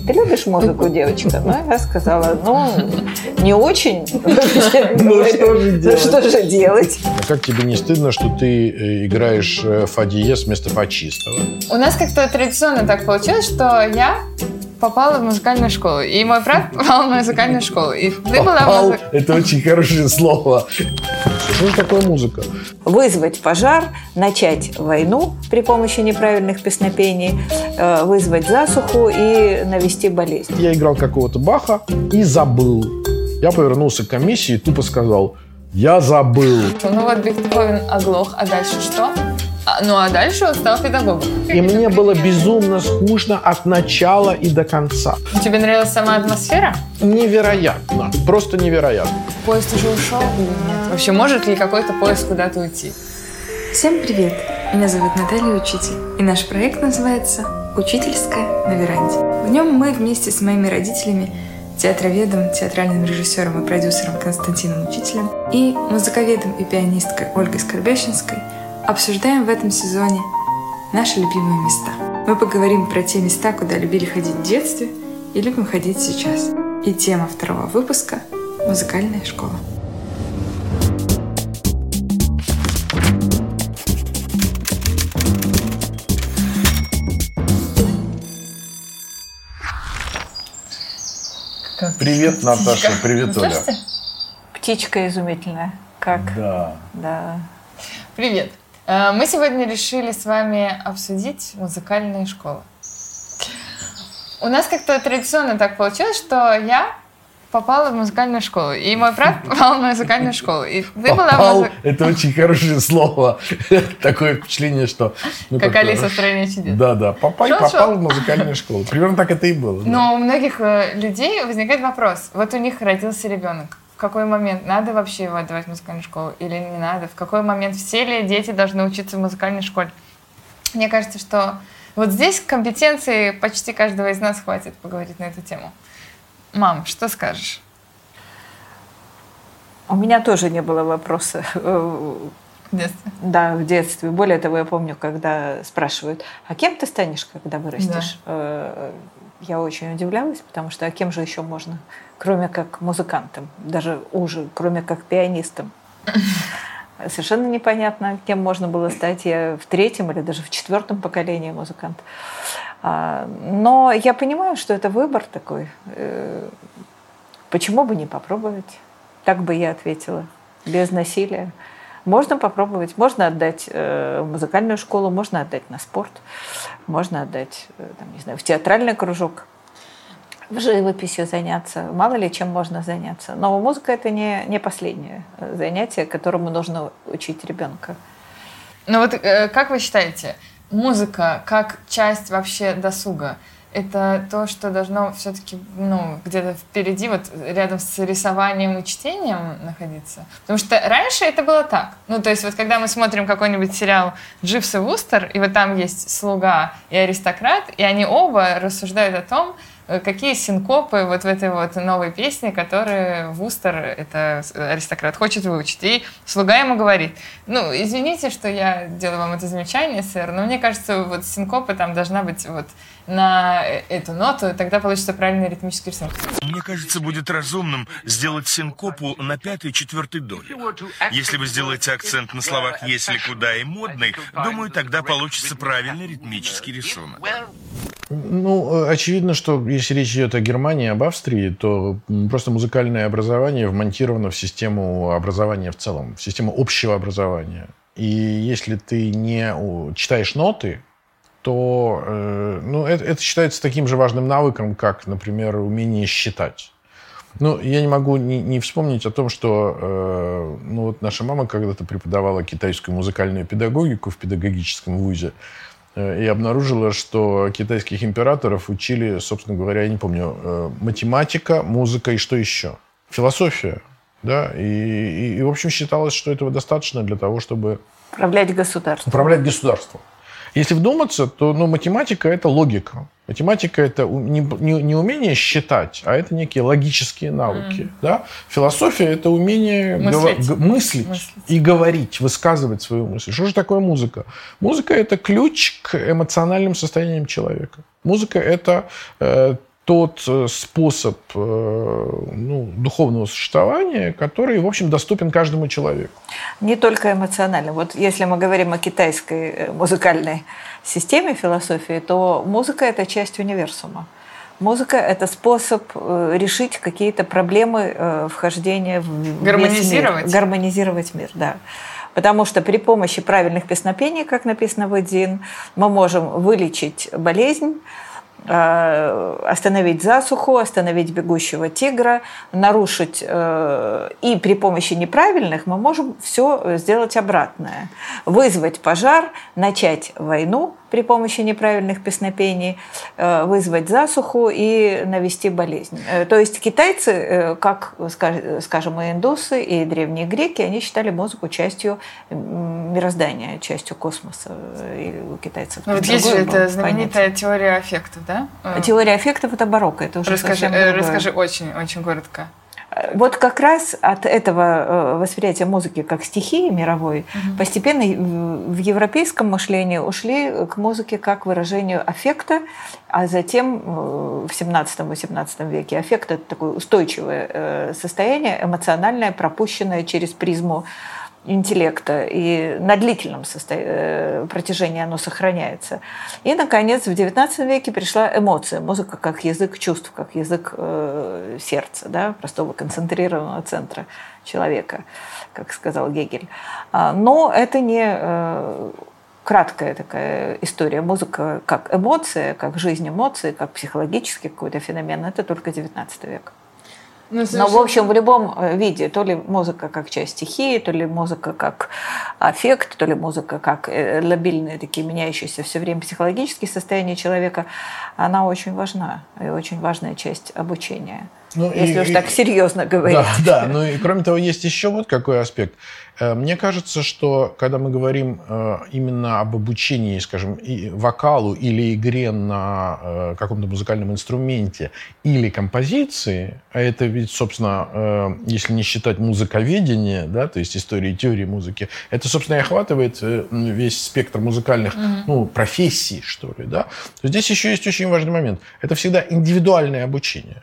ты любишь музыку, девочка? Ну, я сказала, не очень. Что же делать? А как тебе не стыдно, что ты играешь фа диез вместо фа чистого? У нас как-то традиционно так получилось, что я попала в музыкальную школу, и мой брат попал в музыкальную школу. И ты попал, это очень хорошее слово. Что же такое музыка? Вызвать пожар, начать войну при помощи неправильных песнопений, вызвать засуху и навести болезнь. Я играл какого-то Баха и забыл. Я повернулся к комиссии и тупо сказал: я забыл. Ну вот Бетховен оглох, а дальше что? А дальше он стал педагогом. И мне было безумно скучно от начала и до конца. Тебе нравилась сама атмосфера? Невероятно. Просто невероятно. Поезд уже ушел или нет? Вообще, может ли какой-то поезд куда-то уйти? Всем привет! Меня зовут Наталья Учитель. И наш проект называется «Учительская на веранде». В нем мы вместе с моими родителями, театроведом, театральным режиссером и продюсером Константином Учителем и музыковедом и пианисткой Ольгой Скорбящинской обсуждаем в этом сезоне наши любимые места. Мы поговорим про те места, куда любили ходить в детстве и любим ходить сейчас. И тема второго выпуска – музыкальная школа. Привет, Наташа, привет, Оля. Птичка изумительная. Как? Да. Привет. Мы сегодня решили с вами обсудить музыкальные школы. У нас как-то традиционно так получилось, что я попала в музыкальную школу, и мой брат попал в музыкальную школу. И ты попал – это очень хорошее слово. Такое впечатление, что… как Алиса в «Стране чудес». Да. Попал в музыкальную школу. Примерно так это и было. Но у многих людей возникает вопрос. Вот у них родился ребенок. В какой момент надо вообще его отдавать в музыкальную школу или не надо? В какой момент все ли дети должны учиться в музыкальной школе? Мне кажется, что вот здесь компетенции почти каждого из нас хватит поговорить на эту тему. Мам, что скажешь? У меня тоже не было вопроса. В детстве? Да, в детстве. Более того, я помню, когда спрашивают, а кем ты станешь, когда вырастешь? Да. Я очень удивлялась, потому что а кем же еще можно, кроме как музыкантом, даже уже, кроме как пианистом. Совершенно непонятно, кем можно было стать. Я в 3-м или даже в 4-м поколении музыкант. Но я понимаю, что это выбор такой. Почему бы не попробовать? Так бы я ответила, без насилия. Можно попробовать, можно отдать в музыкальную школу, можно отдать на спорт, можно отдать, не знаю, в театральный кружок, в живописью заняться, мало ли чем можно заняться. Но музыка – это не последнее занятие, которому нужно учить ребенка. Ну вот как вы считаете, музыка как часть вообще досуга – это то, что должно все-таки где-то впереди, вот рядом с рисованием и чтением находиться? Потому что раньше это было так. То есть вот когда мы смотрим какой-нибудь сериал «Дживс и Вустер», и вот там есть слуга и аристократ, и они оба рассуждают о том, какие синкопы вот в этой вот новой песне, которую Вустер, это аристократ, хочет выучить. И слуга ему говорит: извините, что я делаю вам это замечание, сэр, но мне кажется, вот синкопа там должна быть вот на эту ноту, тогда получится правильный ритмический рисунок. Мне кажется, будет разумным сделать синкопу на 5-й, 4-й доле. Если вы сделаете акцент на словах «если», «куда» и «модный», думаю, тогда получится правильный ритмический рисунок. Очевидно, что если речь идет о Германии, об Австрии, то просто музыкальное образование вмонтировано в систему образования в целом, в систему общего образования. И если ты не читаешь ноты, то это считается таким же важным навыком, как, например, умение считать. Я не могу не вспомнить о том, что наша мама когда-то преподавала китайскую музыкальную педагогику в педагогическом вузе и обнаружила, что китайских императоров учили, собственно говоря, я не помню, математика, музыка и что еще? Философия. Да? И в общем, считалось, что этого достаточно для того, чтобы… Управлять государством. Управлять государством. Если вдуматься, то математика – это логика. Математика – это не умение считать, а это некие логические навыки. Да? Философия – это умение мыслить и говорить, высказывать свою мысль. Что же такое музыка? Музыка – это ключ к эмоциональным состояниям человека. Музыка – это тот способ духовного существования, который, в общем, доступен каждому человеку. Не только эмоционально. Вот если мы говорим о китайской музыкальной системе философии, то музыка – это часть универсума. Музыка – это способ решить какие-то проблемы вхождения в гармонизировать мир. Гармонизировать мир, да. Потому что при помощи правильных песнопений, как написано в Эдзин, мы можем вылечить болезнь, остановить засуху, остановить бегущего тигра, нарушить. И при помощи неправильных мы можем все сделать обратное. Вызвать пожар, начать войну при помощи неправильных песнопений, вызвать засуху и навести болезнь. То есть китайцы, как, скажем, и индусы, и древние греки, они считали музыку частью мироздания, частью космоса. И у китайцев вот есть же эта знаменитая теория аффектов, да? Теория аффектов – это барокко. Это уже расскажи очень коротко. Вот как раз от этого восприятия музыки как стихии мировой постепенно в европейском мышлении ушли к музыке как выражению аффекта, а затем в 17-18 веке аффект – это такое устойчивое состояние, эмоциональное, пропущенное через призму интеллекта, и на длительном протяжении оно сохраняется. И, наконец, в XIX веке пришла эмоция, музыка как язык чувств, как язык сердца, да, простого концентрированного центра человека, как сказал Гегель. Но это не краткая такая история. Музыка как эмоция, как жизнь эмоций, как психологический какой-то феномен – это только XIX век. Но, в общем, в любом виде, то ли музыка как часть стихии, то ли музыка как аффект, то ли музыка как лабильные, такие меняющиеся все время психологические состояния человека, она очень важна, и очень важная часть обучения. Если уж так серьезно говорить. Да, ну и кроме того, есть еще вот какой аспект. Мне кажется, что когда мы говорим именно об обучении, скажем, вокалу или игре на каком-то музыкальном инструменте или композиции, а это ведь, собственно, если не считать музыковедение, да, то есть истории и теории музыки, это, собственно, и охватывает весь спектр музыкальных профессий, что ли, да. То здесь еще есть очень важный момент. Это всегда индивидуальное обучение.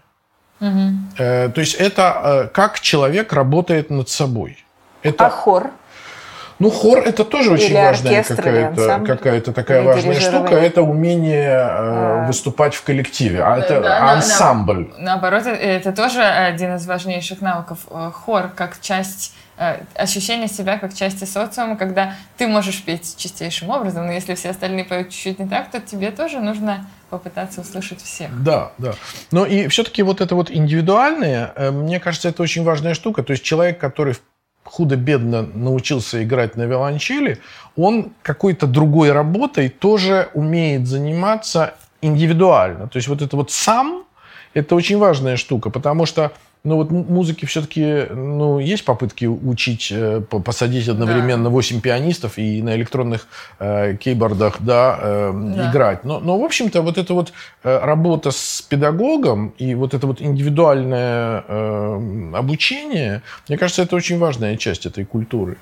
То есть это как человек работает над собой. А хор? Ну, хор – это тоже очень важная какая-то такая важная штука. Это умение выступать в коллективе. А это ансамбль. Наоборот, это тоже один из важнейших навыков. Хор как часть ощущение себя как части социума, когда ты можешь петь чистейшим образом, но если все остальные поют чуть-чуть не так, то тебе тоже нужно попытаться услышать всех. Да. Но и все-таки вот это вот индивидуальное, мне кажется, это очень важная штука. То есть человек, который худо-бедно научился играть на виолончели, он какой-то другой работой тоже умеет заниматься индивидуально. То есть вот это вот сам, это очень важная штука, потому что вот музыке все-таки есть попытки учить, посадить одновременно 8 пианистов и на электронных кейбордах играть. Но, в общем-то, вот эта вот работа с педагогом и вот это вот индивидуальное обучение, мне кажется, это очень важная часть этой культуры.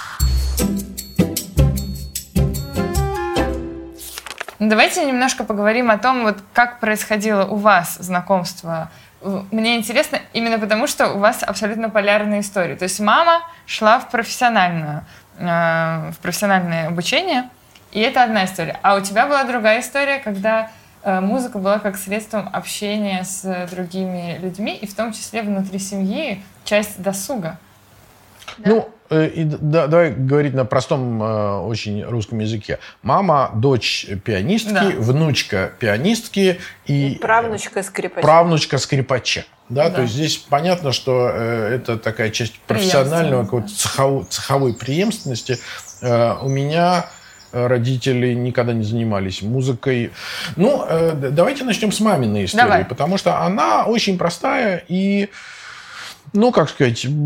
Давайте немножко поговорим о том, вот как происходило у вас знакомство. Мне интересно именно потому, что у вас абсолютно полярные истории. То есть мама шла в профессиональное обучение, и это одна история. А у тебя была другая история, когда музыка была как средством общения с другими людьми, и в том числе внутри семьи часть досуга. Да? Давай говорить на простом очень русском языке. Мама, дочь пианистки, внучка пианистки и правнучка скрипача. Правнучка скрипача. Да? То есть здесь понятно, что это такая часть профессионального, какой-то цеховой преемственности. У меня родители никогда не занимались музыкой. Давайте начнем с маминой истории, потому что она очень простая и Ну, как сказать, с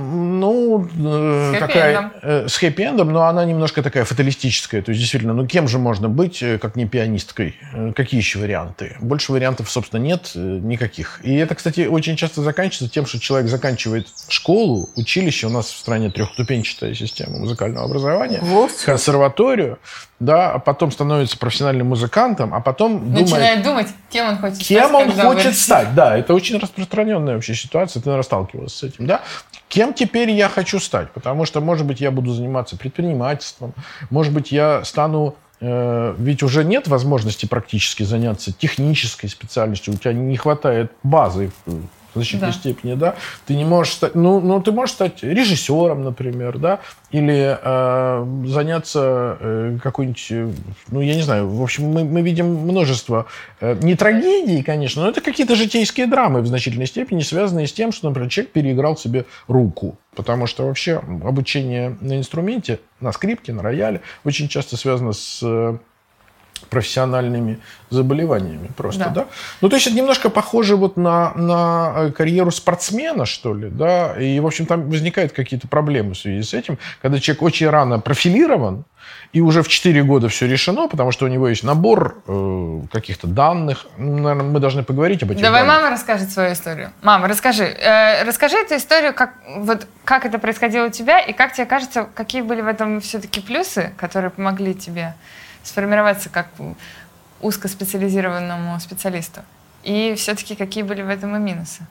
хэппи-эндом, но она немножко такая фаталистическая. То есть, действительно, кем же можно быть, как не пианисткой? Какие еще варианты? Больше вариантов, собственно, нет никаких. И это, кстати, очень часто заканчивается тем, что человек заканчивает школу, училище. У нас в стране 3-ступенчатая система музыкального образования. Консерваторию. Да, а потом становится профессиональным музыкантом, а потом начинает думать, кем он хочет стать. Да, это очень распространенная вообще ситуация, ты, наверное, сталкивался с этим, да? Кем теперь я хочу стать? Потому что, может быть, я буду заниматься предпринимательством, может быть, я стану... Ведь уже нет возможности практически заняться технической специальностью, у тебя не хватает базы в значительной степени, да, ты не можешь стать, ты можешь стать режиссером, например, да, или заняться какой-нибудь, я не знаю, в общем, мы видим множество, не трагедий, конечно, но это какие-то житейские драмы в значительной степени, связанные с тем, что, например, человек переиграл себе руку, потому что вообще обучение на инструменте, на скрипке, на рояле очень часто связано с профессиональными заболеваниями просто, да? То есть это немножко похоже на карьеру спортсмена, что ли, да, и, в общем, там возникают какие-то проблемы в связи с этим, когда человек очень рано профилирован, и уже в 4 года все решено, потому что у него есть набор каких-то данных. Наверное, мы должны поговорить об этих данных. Давай мама расскажет свою историю. Мама, расскажи эту историю, как это происходило у тебя, и как тебе кажется, какие были в этом все-таки плюсы, которые помогли тебе сформироваться как узкоспециализированному специалисту? И все-таки какие были в этом и минусы?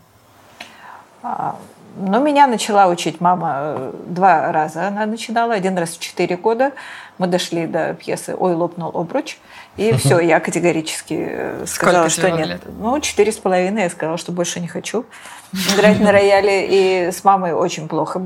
Меня начала учить мама 2 раза. Она начинала. 1 раз в 4 года. Мы дошли до пьесы «Ой, лопнул обруч». И все, я категорически сказала, что нет. 4,5. Я сказала, что больше не хочу играть на рояле. И с мамой очень плохо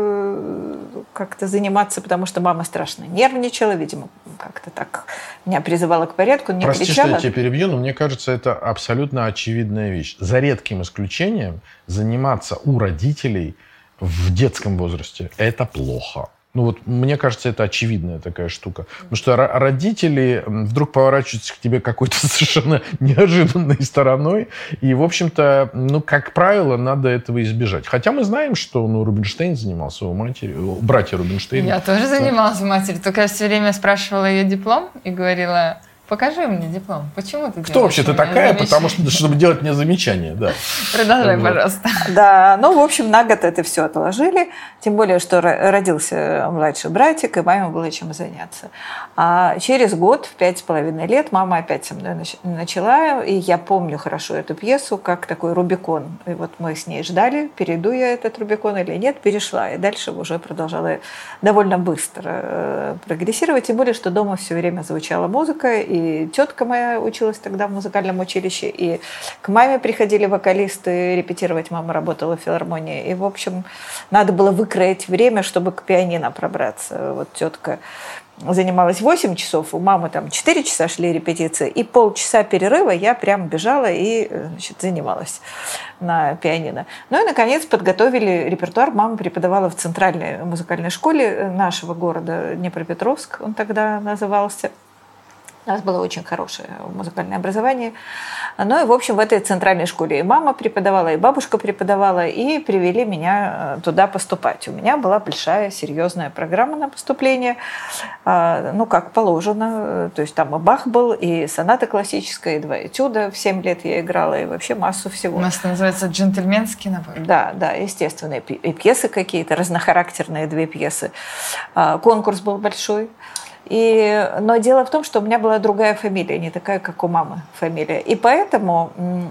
было как-то заниматься, потому что мама страшно нервничала. Видимо, как-то так меня призывала к порядку, не Прости, кричала. Что я тебя перебью, но мне кажется, это абсолютно очевидная вещь. За редким исключением заниматься у родителей в детском возрасте – это плохо. Мне кажется, это очевидная такая штука. Потому что родители вдруг поворачиваются к тебе какой-то совершенно неожиданной стороной. И, в общем-то, как правило, надо этого избежать. Хотя мы знаем, что Рубинштейн занимался у матери, у братья Рубинштейна. Я тоже занималась у матери. Только я все время спрашивала ее диплом и говорила: покажи мне диплом. Почему ты Кто вообще ты такая? Потому что, чтобы делать мне замечания, да. Продолжай, пожалуйста. Да, в общем, на год это все отложили. Тем более, что родился младший братик, и маме было чем заняться. А через год, в 5,5 лет, мама опять со мной начала. И я помню хорошо эту пьесу, как такой Рубикон. И вот мы с ней ждали, перейду я этот Рубикон или нет, перешла. И дальше уже продолжала довольно быстро прогрессировать. Тем более, что дома все время звучала музыка, и тетка моя училась тогда в музыкальном училище, и к маме приходили вокалисты репетировать, мама работала в филармонии, и, в общем, надо было выкроить время, чтобы к пианино пробраться. Вот тетка занималась 8 часов, у мамы там 4 часа шли репетиции, и полчаса перерыва я прям бежала и, занималась на пианино. И, наконец, подготовили репертуар. Мама преподавала в Центральной музыкальной школе нашего города, Днепропетровск он тогда назывался. У нас было очень хорошее музыкальное образование. И, в общем, в этой центральной школе и мама преподавала, и бабушка преподавала, и привели меня туда поступать. У меня была большая, серьезная программа на поступление, как положено. То есть там и Бах был, и соната классическая, и 2 этюда. В 7 лет я играла, и вообще массу всего. У нас это называется джентльменский набор. Да, естественно. И пьесы какие-то, разнохарактерные 2 пьесы. Конкурс был большой. Но дело в том, что у меня была другая фамилия, не такая, как у мамы фамилия. И поэтому,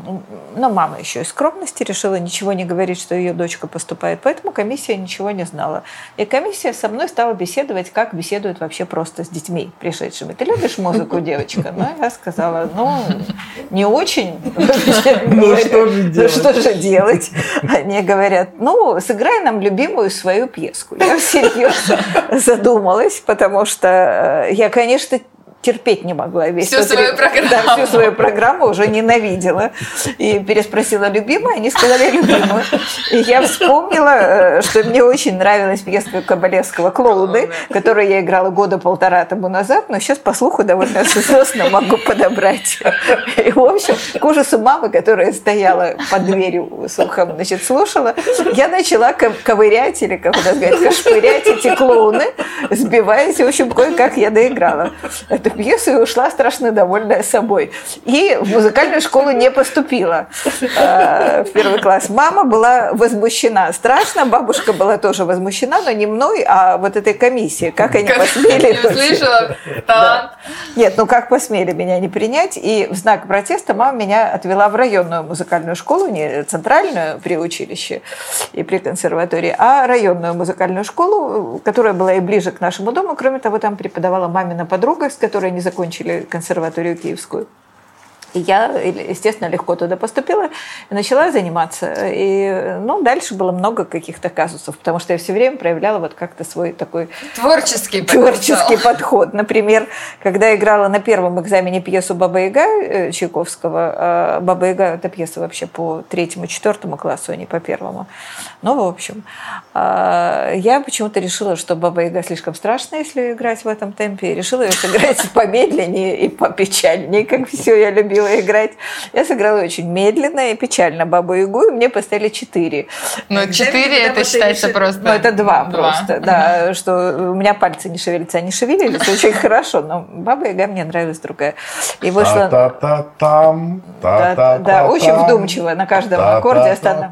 мама еще из скромности решила ничего не говорить, что ее дочка поступает. Поэтому комиссия ничего не знала. И комиссия со мной стала беседовать, как беседуют вообще просто с детьми пришедшими. Ты любишь музыку, девочка? Я сказала, не очень. Что же делать? Они говорят, сыграй нам любимую свою пьеску. Я всерьез задумалась, потому что я, конечно, терпеть не могла. Всю свою программу. Да, всю свою программу уже ненавидела. И переспросила любимую, они сказали любимую. И я вспомнила, что мне очень нравилась пьеса Кабалевского «Клоуны», которую я играла года полтора тому назад, но сейчас по слуху довольно сносно могу подобрать. И, в общем, к ужасу мамы, которая стояла под дверью с ухом, значит, слушала, я начала ковырять, или, как у нас говорят, кашпырять эти клоуны, сбиваясь, в общем, кое-как я доиграла эту пьесу и ушла страшно довольная собой. И в музыкальную школу не поступила в первый класс. Мама была возмущена страшно, бабушка была тоже возмущена, но не мной, а вот этой комиссией. Как они посмели... Я услышала талант. Нет, ну как посмели меня не принять. И в знак протеста мама меня отвела в районную музыкальную школу, не центральную при училище и при консерватории, а районную музыкальную школу, которая была и ближе к нашему дому. Кроме того, там преподавала мамина подруга, с которой они закончили консерваторию киевскую. И я, естественно, легко туда поступила и начала заниматься. И, ну, дальше было много каких-то казусов, потому что я все время проявляла вот как-то свой такой творческий подход. Например, когда играла на первом экзамене пьесу «Баба-Яга» Чайковского, «Баба-Яга» – это пьеса вообще по 3-4 классу, а не по 1. Ну, в общем, я почему-то решила, что «Баба-Яга» слишком страшно, если играть в этом темпе, и решила ее сыграть помедленнее и попечальнее, как все я любила играть. Я сыграла очень медленно и печально Бабу-Ягу, и мне поставили 4. Но 4 это считается просто... Ну, это 2 просто, да, что у меня пальцы не шевелятся, они шевелились очень хорошо, но Баба-Яга мне нравилась другая. И вышла... Да, очень вдумчиво, на каждом аккорде остановилась.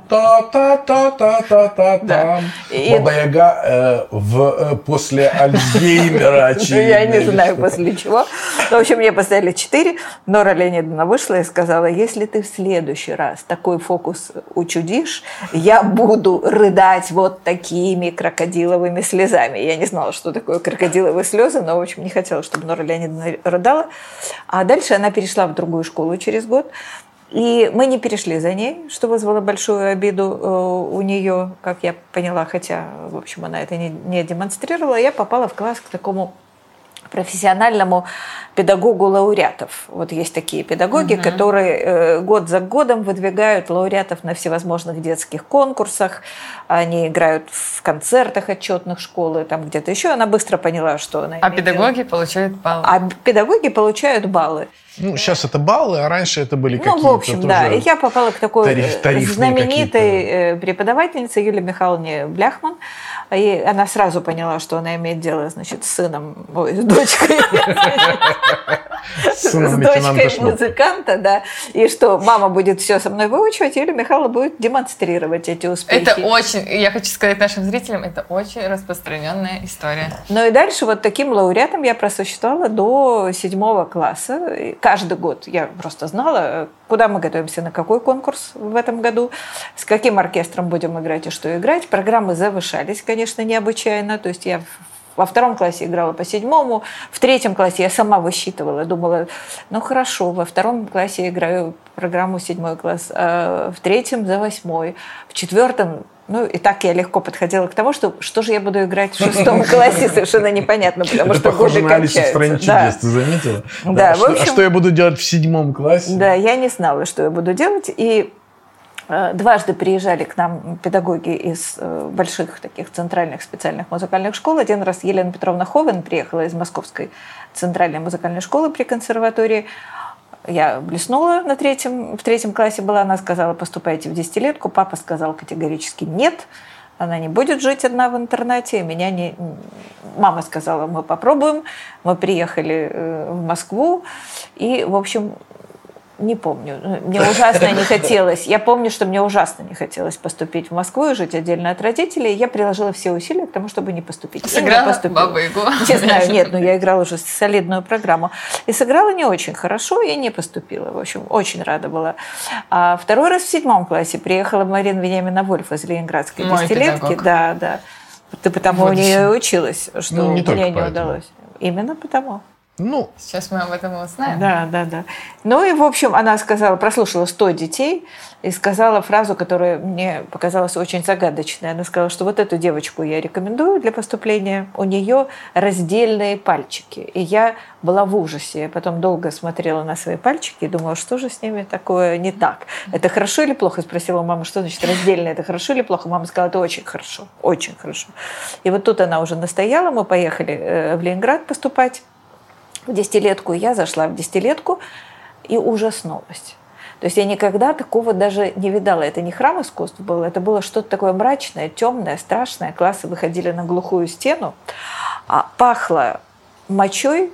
Баба-Яга после Альцгеймера, очевидно. Я не знаю, после чего. В общем, мне поставили 4. Нора Леонидовна вышла и сказала: если ты в следующий раз такой фокус учудишь, я буду рыдать вот такими крокодиловыми слезами. Я не знала, что такое крокодиловые слезы, но, в общем, не хотела, чтобы Нора Леонидовна рыдала. А дальше она перешла в другую школу через год. И мы не перешли за ней, что вызвало большую обиду у нее, как я поняла, хотя, в общем, она это не демонстрировала. Я попала в класс к такому профессиональному педагогу лауреатов. Вот есть такие педагоги, которые год за годом выдвигают лауреатов на всевозможных детских конкурсах. Они играют в концертах отчетных школы, там где-то еще. Она быстро поняла, что она... А педагоги получают баллы. А педагоги получают баллы. Ну, сейчас это баллы, а раньше это были какие-то... Ну, в общем, да. И я попала к такой знаменитой какие-то... преподавательнице Юлии Михайловне Бляхман. И она сразу поняла, что она имеет дело, значит, с сыном, с дочкой. С дочкой музыканта, да. И что мама будет все со мной выучивать, Юлия Михайловна будет демонстрировать эти успехи. Это очень, я хочу сказать нашим зрителям, это очень распространенная история. Ну и дальше вот таким лауреатом я просуществовала до 7 класса. И каждый год я просто знала, куда мы готовимся, на какой конкурс в этом году, с каким оркестром будем играть и что играть. Программы завышались, конечно, необычайно. То есть я во 2 классе играла по 7, в 3 классе я сама высчитывала, думала, ну хорошо, во 2 классе я играю программу 7 класс, а в 3 за 8, в 4, ну и так я легко подходила к тому, что же я буду играть в 6 классе, совершенно непонятно, потому что годы кончаются. Это похоже на Алису в стране чудес, ты заметила? Да, в общем, а что я буду делать в 7 классе? Да, я не знала, что я буду делать, и дважды приезжали к нам педагоги из больших таких центральных специальных музыкальных школ. Один раз Елена Петровна Ховен приехала из Московской центральной музыкальной школы при консерватории. Я блеснула в 3 классе была, она сказала: поступайте в 10-летку. Папа сказал категорически нет, она не будет жить одна в интернате. Мама сказала: мы попробуем. Мы приехали в Москву и, в общем, не помню. Мне ужасно не хотелось. Я помню, что мне ужасно не хотелось поступить в Москву и жить отдельно от родителей. Я приложила все усилия к тому, чтобы не поступить. Сыграла Бабу-Ягу? Не знаю, нет, но я играла уже солидную программу. И сыграла не очень хорошо, и не поступила. В общем, очень рада была. А 2 раз в 7 классе приехала Марина Вениаминовна Вольф из Ленинградской 10-летки. Да. Ты потому у нее училась, что мне не удалось. Именно потому. Ну, сейчас мы об этом узнаем. Да. Ну и, в общем, она сказала, прослушала 100 детей и сказала фразу, которая мне показалась очень загадочной. Она сказала, что вот эту девочку я рекомендую для поступления. У нее раздельные пальчики. И я была в ужасе. Я потом долго смотрела на свои пальчики и думала, что же с ними такое не так. Это хорошо или плохо? Спросила у мамы, что значит раздельные. Это хорошо или плохо? Мама сказала, это очень хорошо. Очень хорошо. И вот тут она уже настояла. Мы поехали в Ленинград поступать в 10-летку. Я зашла в 10-летку и ужаснулась. То есть я никогда такого даже не видала. Это не храм искусств был, это было что-то такое мрачное, темное, страшное. Классы выходили на глухую стену, пахло мочой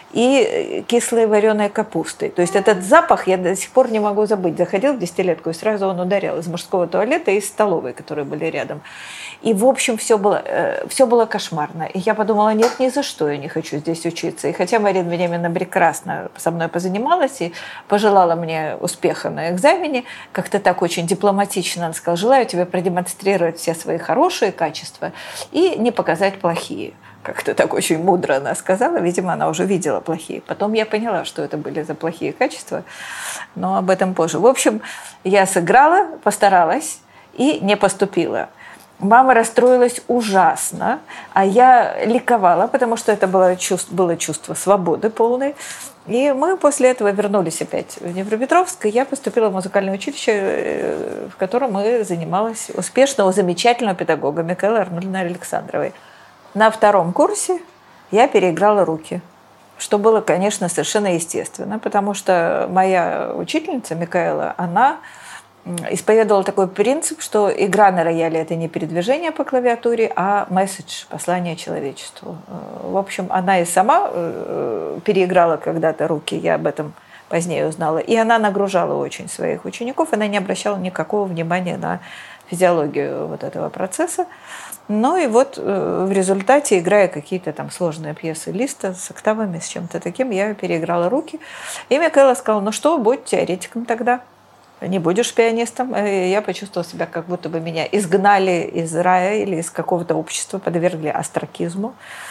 и кислой вареной капустой. То есть этот запах я до сих пор не могу забыть. Заходил в 10-летку, и сразу он ударял из мужского туалета и из столовой, которые были рядом. И, в общем, все было кошмарно. И я подумала, нет, ни за что я не хочу здесь учиться. И хотя Марина Вениаминовна прекрасно со мной позанималась и пожелала мне успеха на экзамене, как-то так очень дипломатично она сказала, желаю тебе продемонстрировать все свои хорошие качества и не показать плохие. Как-то так очень мудро она сказала. Видимо, она уже видела плохие. Потом я поняла, что это были за плохие качества, но об этом позже. В общем, я сыграла, постаралась и не поступила. Мама расстроилась ужасно, а я ликовала, потому что это было чувство свободы полной. И мы после этого вернулись опять в Днепропетровск, и я поступила в музыкальное училище, в котором мы занималась успешно у замечательного педагога Микаэлы Арнольдовны Александровой. На 2-м курсе я переиграла руки, что было, конечно, совершенно естественно, потому что моя учительница Микаэла, она исповедовала такой принцип, что игра на рояле – это не передвижение по клавиатуре, а месседж, послание человечеству. В общем, она и сама переиграла когда-то руки, я об этом позднее узнала, и она нагружала очень своих учеников, она не обращала никакого внимания на физиологию вот этого процесса. Ну и вот в результате, играя какие-то там сложные пьесы Листа с октавами, с чем-то таким, я переиграла руки. И Микаэла сказала, ну что, будь теоретиком тогда, не будешь пианистом. И я почувствовала себя, как будто бы меня изгнали из рая или из какого-то общества, подвергли остракизму.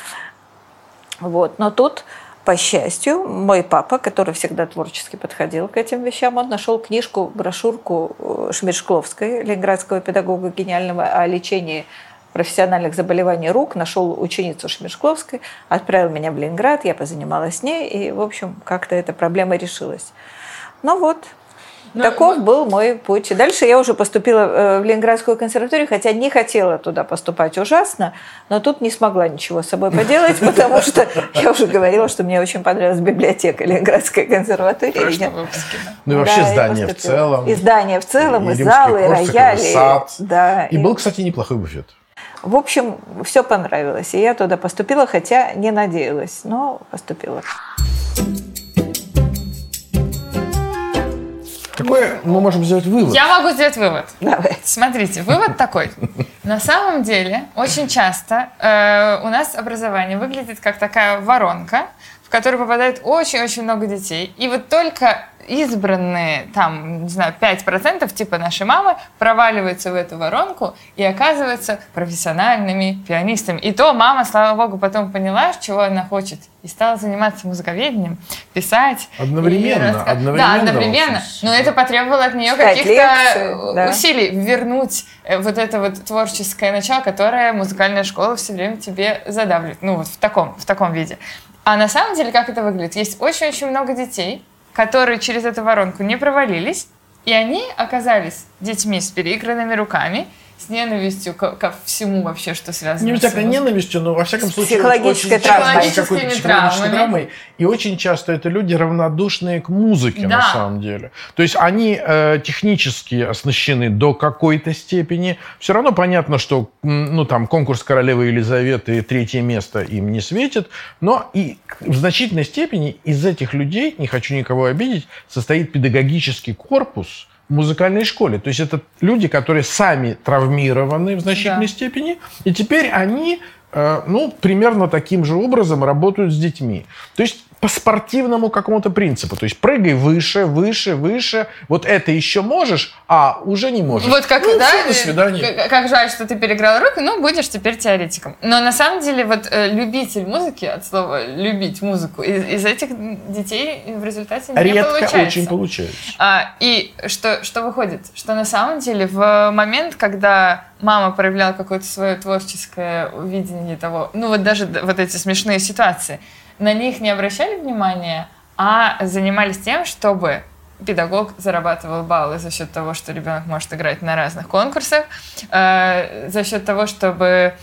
Вот. Но тут, по счастью, мой папа, который всегда творчески подходил к этим вещам, он нашел книжку, брошюрку Шмидт-Шкловской, ленинградского педагога гениального, о лечении профессиональных заболеваний рук, нашел ученицу Шмидт-Шкловской, отправил меня в Ленинград, я позанималась с ней, и, в общем, как-то эта проблема решилась. Ну вот, таков был мой путь. И дальше я уже поступила в Ленинградскую консерваторию, хотя не хотела туда поступать ужасно, но тут не смогла ничего с собой поделать, потому что я уже говорила, что мне очень понравилась библиотека Ленинградской консерватории. Ну и вообще здание в целом. И здание в целом, и залы, и рояли. Сад. Да, и был, кстати, неплохой буфет. В общем, все понравилось. И я туда поступила, хотя не надеялась, но поступила. Какой мы можем сделать вывод? Я могу сделать вывод. Давай. Смотрите, вывод такой. На самом деле, очень часто у нас образование выглядит как такая воронка, в которую попадает очень-очень много детей. И вот только избранные, там, не знаю, 5%, типа нашей мамы, проваливаются в эту воронку и оказываются профессиональными пианистами. И то мама, слава богу, потом поняла, чего она хочет, и стала заниматься музыковедением, писать. Одновременно. Да, одновременно. Но это потребовало от нее каких-то усилий вернуть вот это вот творческое начало, которое музыкальная школа все время тебе задавливает. Ну, вот в таком виде. А на самом деле, как это выглядит? Есть очень-очень много детей, которые через эту воронку не провалились, и они оказались детьми с переигранными руками, с ненавистью ко всему вообще, что связано не с так ненавистью, но во всяком случае психологической травмой. И очень часто это люди равнодушные к музыке, да. На самом деле. То есть они технически оснащены до какой-то степени. Все равно понятно, что там конкурс королевы Елизаветы 3-е место им не светит, но и в значительной степени из этих людей, не хочу никого обидеть, состоит педагогический корпус в музыкальной школе. То есть это люди, которые сами травмированы в значительной степени, и теперь они примерно таким же образом работают с детьми. То есть по спортивному какому-то принципу. То есть прыгай выше, выше, выше. Вот это еще можешь, а уже не можешь. Вот как, ну, да? Все, до свидания. Как жаль, что ты переиграл руки, ну, будешь теперь теоретиком. Но на самом деле вот любитель музыки, от слова «любить музыку», из этих детей в результате не получается. Редко очень получается. И что выходит? Что на самом деле в момент, когда мама проявляла какое-то свое творческое видение того, ну вот даже вот эти смешные ситуации, на них не обращали внимания, а занимались тем, чтобы педагог зарабатывал баллы за счет того, что ребенок может играть на разных конкурсах, за счет того, чтобы,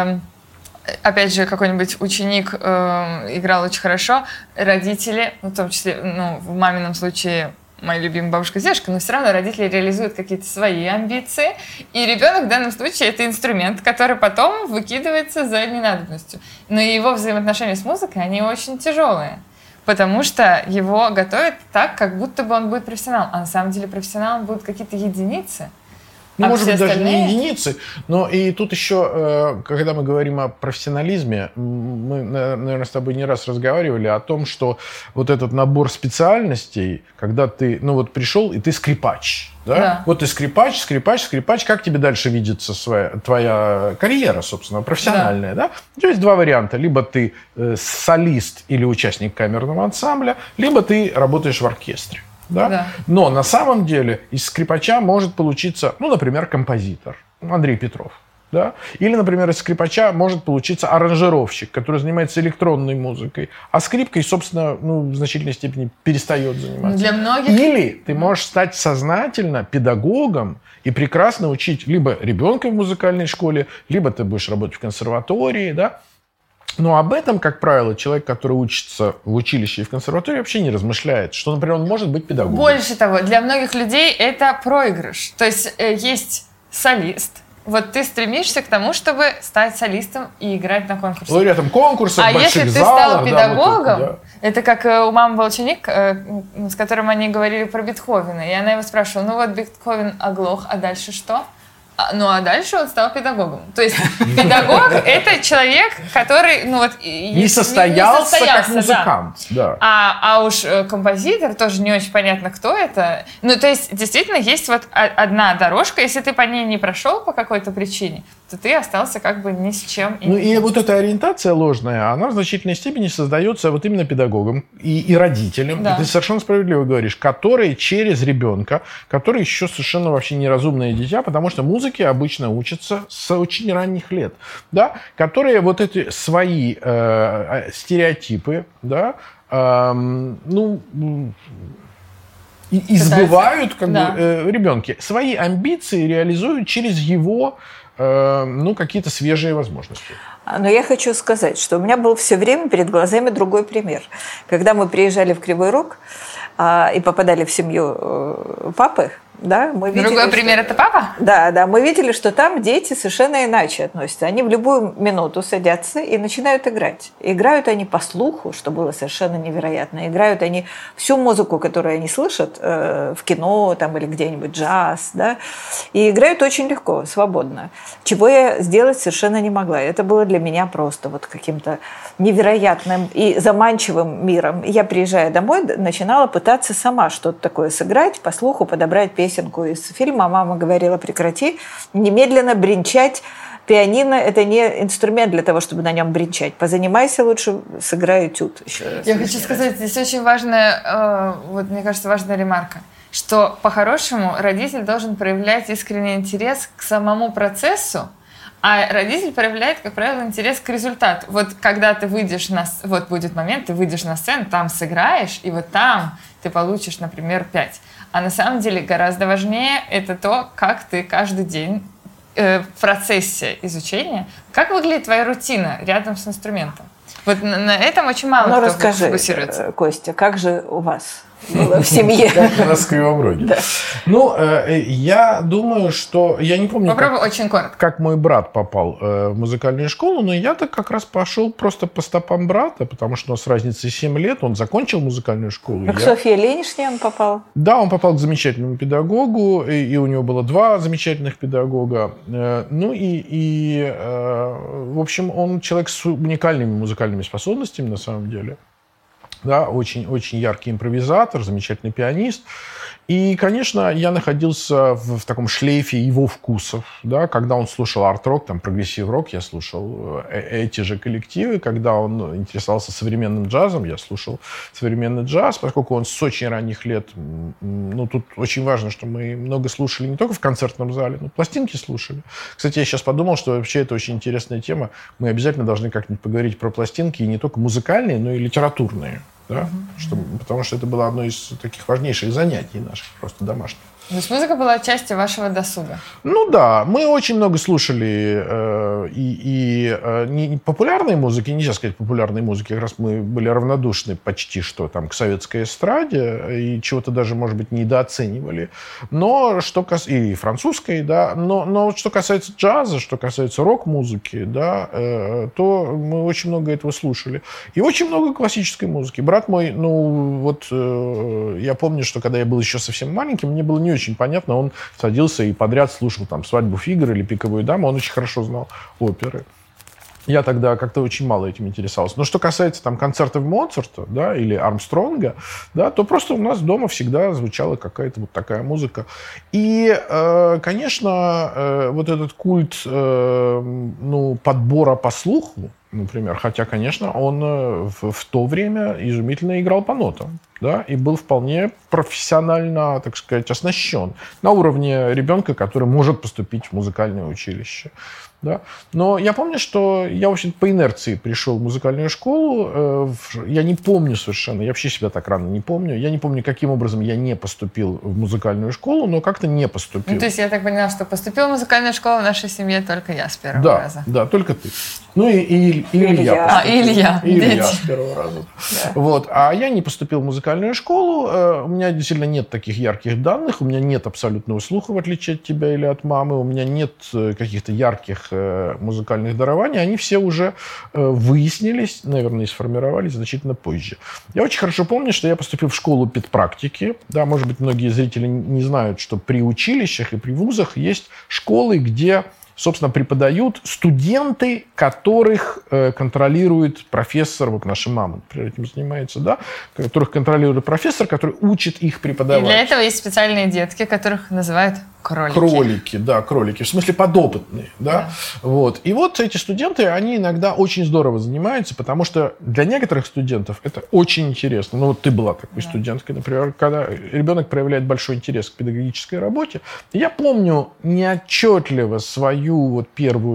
опять же, какой-нибудь ученик играл очень хорошо, родители, ну, в том числе, ну, в мамином случае моя любимая бабушка и дедушка, но все равно родители реализуют какие-то свои амбиции, и ребенок в данном случае это инструмент, который потом выкидывается за ненадобностью. Но его взаимоотношения с музыкой, они очень тяжелые, потому что его готовят так, как будто бы он будет профессионалом, а на самом деле профессионалом будут какие-то единицы. Ну, может быть, даже остальные... не единицы, но и тут еще, когда мы говорим о профессионализме, мы, наверное, с тобой не раз разговаривали о том, что вот этот набор специальностей, когда ты, ну вот пришел, и ты скрипач, да? Да. Вот ты скрипач, как тебе дальше видится твоя карьера, собственно, профессиональная, да? У тебя есть два варианта, либо ты солист или участник камерного ансамбля, либо ты работаешь в оркестре. Да? Да. Но на самом деле из скрипача может получиться, ну, например, композитор Андрей Петров. Да? Или, например, из скрипача может получиться аранжировщик, который занимается электронной музыкой, а скрипкой, собственно, ну, в значительной степени перестает заниматься. Для многих... Или ты можешь стать сознательно педагогом и прекрасно учить либо ребенка в музыкальной школе, либо ты будешь работать в консерватории, да? Но об этом, как правило, человек, который учится в училище и в консерватории, вообще не размышляет, что, например, он может быть педагогом. Больше того, для многих людей это проигрыш. То есть есть солист. Вот ты стремишься к тому, чтобы стать солистом и играть на конкурсе. Лауреатом конкурсов, а больших если ты залах, стал педагогом, да, вот это, это как у мамы был ученик, с которым они говорили про Бетховена, и она его спрашивала, ну вот Бетховен оглох, а дальше что? Ну, а дальше он стал педагогом. То есть педагог – это человек, который, ну вот… Не состоялся как музыкант. Да. А уж композитор, тоже не очень понятно, кто это. Ну, то есть, действительно, есть вот одна дорожка. Если ты по ней не прошел по какой-то причине, то ты остался как бы ни с чем. Ну, и вот эта ориентация ложная, она в значительной степени создается вот именно педагогом и родителям. Да. И ты совершенно справедливо говоришь, которые через ребенка, который еще совершенно вообще неразумное дитя, потому что музыке обычно учатся с очень ранних лет, да, которые вот эти свои стереотипы, да, избывают как бы ребенке. Свои амбиции реализуют через его какие-то свежие возможности. Но я хочу сказать, что у меня был все время перед глазами другой пример. Когда мы приезжали в Кривой Рог и попадали в семью папы, да, мы видели, другой пример – это папа? Да, мы видели, что там дети совершенно иначе относятся. Они в любую минуту садятся и начинают играть. Играют они по слуху, что было совершенно невероятно. Играют они всю музыку, которую они слышат в кино там, или где-нибудь джаз, да, и играют очень легко, свободно. Чего я сделать совершенно не могла. Это было для меня просто вот каким-то невероятным и заманчивым миром. Я, приезжая домой, начинала пытаться сама что-то такое сыграть, по слуху подобрать песню из фильма, мама говорила: прекрати немедленно бренчать. Пианино – это не инструмент для того, чтобы на нем бренчать. Позанимайся лучше, сыграй этюд. Я хочу сказать, здесь очень важная, вот мне кажется, важная ремарка, что по-хорошему родитель должен проявлять искренний интерес к самому процессу, а родитель проявляет, как правило, интерес к результату. Вот когда ты выйдешь вот будет момент, ты выйдешь на сцену, там сыграешь, и вот там ты получишь, например, 5. А на самом деле гораздо важнее это то, как ты каждый день в процессе изучения, как выглядит твоя рутина рядом с инструментом. Вот на этом очень мало кто фокусируется. Костя, как же у вас было в семье? Как у нас в Кривом Роге. Ну, я думаю, что... Я не помню, очень коротко. Как мой брат попал в музыкальную школу, но я-то как раз пошел просто по стопам брата, потому что у нас разница 7 лет, он закончил музыкальную школу. К Софье Ленишне он попал? Да, он попал к замечательному педагогу, и у него было 2 замечательных педагога. Ну и в общем, он человек с уникальными музыкальными способностями, на самом деле. да, очень, очень яркий импровизатор, замечательный пианист. И, конечно, я находился в таком шлейфе его вкусов. Да? Когда он слушал арт-рок, там, прогрессив-рок, я слушал эти же коллективы. Когда он интересовался современным джазом, я слушал современный джаз. Поскольку он с очень ранних лет... Ну, тут очень важно, что мы много слушали не только в концертном зале, но пластинки слушали. Кстати, я сейчас подумал, что вообще это очень интересная тема. Мы обязательно должны как-нибудь поговорить про пластинки, и не только музыкальные, но и литературные. Да? Потому что это было одно из таких важнейших занятий наших, просто домашних. То есть музыка была частью вашего досуга? Ну да, мы очень много слушали не популярной музыки, нельзя сказать популярной музыки, как раз мы были равнодушны почти что там к советской эстраде и чего-то даже, может быть, недооценивали. Но что касается и французской, да, но что касается джаза, что касается рок-музыки, да, то мы очень много этого слушали. И очень много классической музыки. Брат мой, ну вот я помню, что когда я был еще совсем маленьким, мне было не очень понятно, он садился и подряд слушал там «Свадьбу Фигаро» или «Пиковую даму», он очень хорошо знал оперы. Я тогда как-то очень мало этим интересовался. Но что касается там концертов Моцарта, да, или Армстронга, да, то просто у нас дома всегда звучала какая-то вот такая музыка. И, конечно, вот этот культ подбора по слуху, например, хотя, конечно, он в то время изумительно играл по нотам, да, и был вполне профессионально, так сказать, оснащен на уровне ребенка, который может поступить в музыкальное училище. Да. Но я помню, что я, в общем, по инерции пришел в музыкальную школу. Я не помню совершенно, я вообще себя так рано не помню. Я не помню, каким образом я не поступил в музыкальную школу, но как-то не поступил. Ну, то есть я так поняла, что поступил в музыкальную школу в нашей семье только я с первого раза. Да, только ты. Ну и Илья. Илья с первого раза. Да. Вот. А я не поступил в музыкальную школу. У меня действительно нет таких ярких данных. У меня нет абсолютного слуха, в отличие от тебя или от мамы. У меня нет каких-то ярких музыкальных дарований. Они все уже выяснились, наверное, и сформировались значительно позже. Я очень хорошо помню, что я поступил в школу педпрактики. Да, может быть, многие зрители не знают, что при училищах и при вузах есть школы, где, собственно, преподают студенты, которых контролирует профессор, вот наша мама, например, этим занимается, да, которых контролирует профессор, который учит их преподавать. И для этого есть специальные детки, которых называют кролики. Кролики, да, кролики, в смысле подопытные, да. Вот. И вот эти студенты, они иногда очень здорово занимаются, потому что для некоторых студентов это очень интересно. Ну, вот ты была такой студенткой, например, когда ребенок проявляет большой интерес к педагогической работе. Я помню неотчетливо свою вот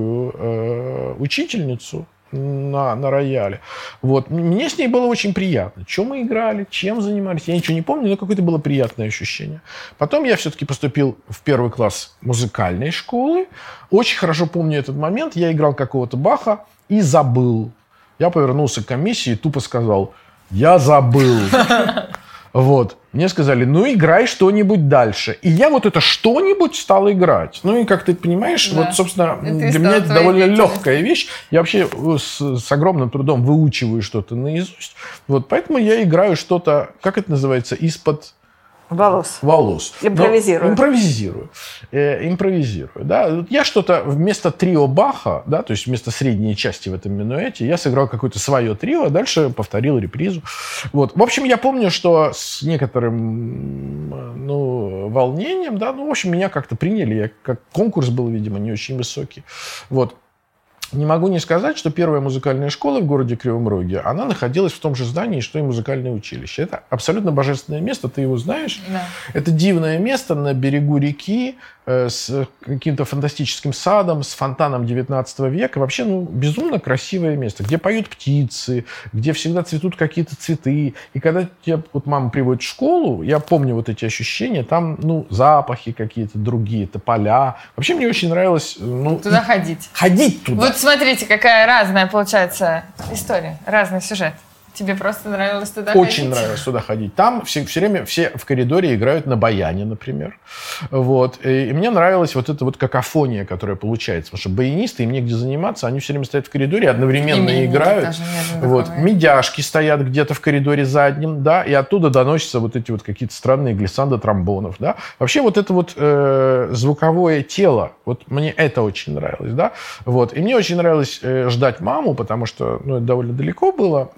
первую учительницу на рояле. Вот. Мне с ней было очень приятно. Чем мы играли, чем занимались, я ничего не помню, но какое-то было приятное ощущение. Потом я все-таки поступил в первый класс музыкальной школы. Очень хорошо помню этот момент. Я играл какого-то Баха и забыл. Я повернулся к комиссии и тупо сказал: «Я забыл». Вот. Мне сказали: ну, играй что-нибудь дальше. И я вот это что-нибудь стал играть. Ну, и как ты понимаешь, вот, собственно, для меня это довольно легкая вещь. Я вообще с огромным трудом выучиваю что-то наизусть. Вот, поэтому я играю что-то, как это называется, из-под... Волос. Импровизирую. Импровизирую. Да. Я что-то вместо трио Баха, да, то есть вместо средней части в этом минуэте, я сыграл какое-то свое трио, а дальше повторил репризу. Вот. В общем, я помню, что с некоторым волнением, да, в общем, меня как-то приняли. Конкурс был, видимо, не очень высокий. Вот. Не могу не сказать, что первая музыкальная школа в городе Кривом Роге, она находилась в том же здании, что и музыкальное училище. Это абсолютно божественное место, ты его знаешь. Да. Это дивное место на берегу реки, с каким-то фантастическим садом, с фонтаном 19 века. Вообще, безумно красивое место, где поют птицы, где всегда цветут какие-то цветы. И когда тебя мама приводит в школу, я помню вот эти ощущения, там, запахи какие-то другие, тополя. Вообще, мне очень нравилось... туда ходить. Ходить туда. Вот смотрите, какая разная получается история, разный сюжет. Тебе просто нравилось туда ходить? Очень нравилось туда ходить. Там все время все в коридоре играют на баяне, например. Вот. И мне нравилась вот эта вот какофония, которая получается. Потому что баянисты, им негде заниматься, они все время стоят в коридоре, одновременно играют. Вот. Медяшки стоят где-то в коридоре заднем, да, и оттуда доносятся вот эти вот какие-то странные глиссанды тромбонов, да. Вообще вот это вот звуковое тело, вот мне это очень нравилось, да. Вот. И мне очень нравилось ждать маму, потому что это довольно далеко было относительно.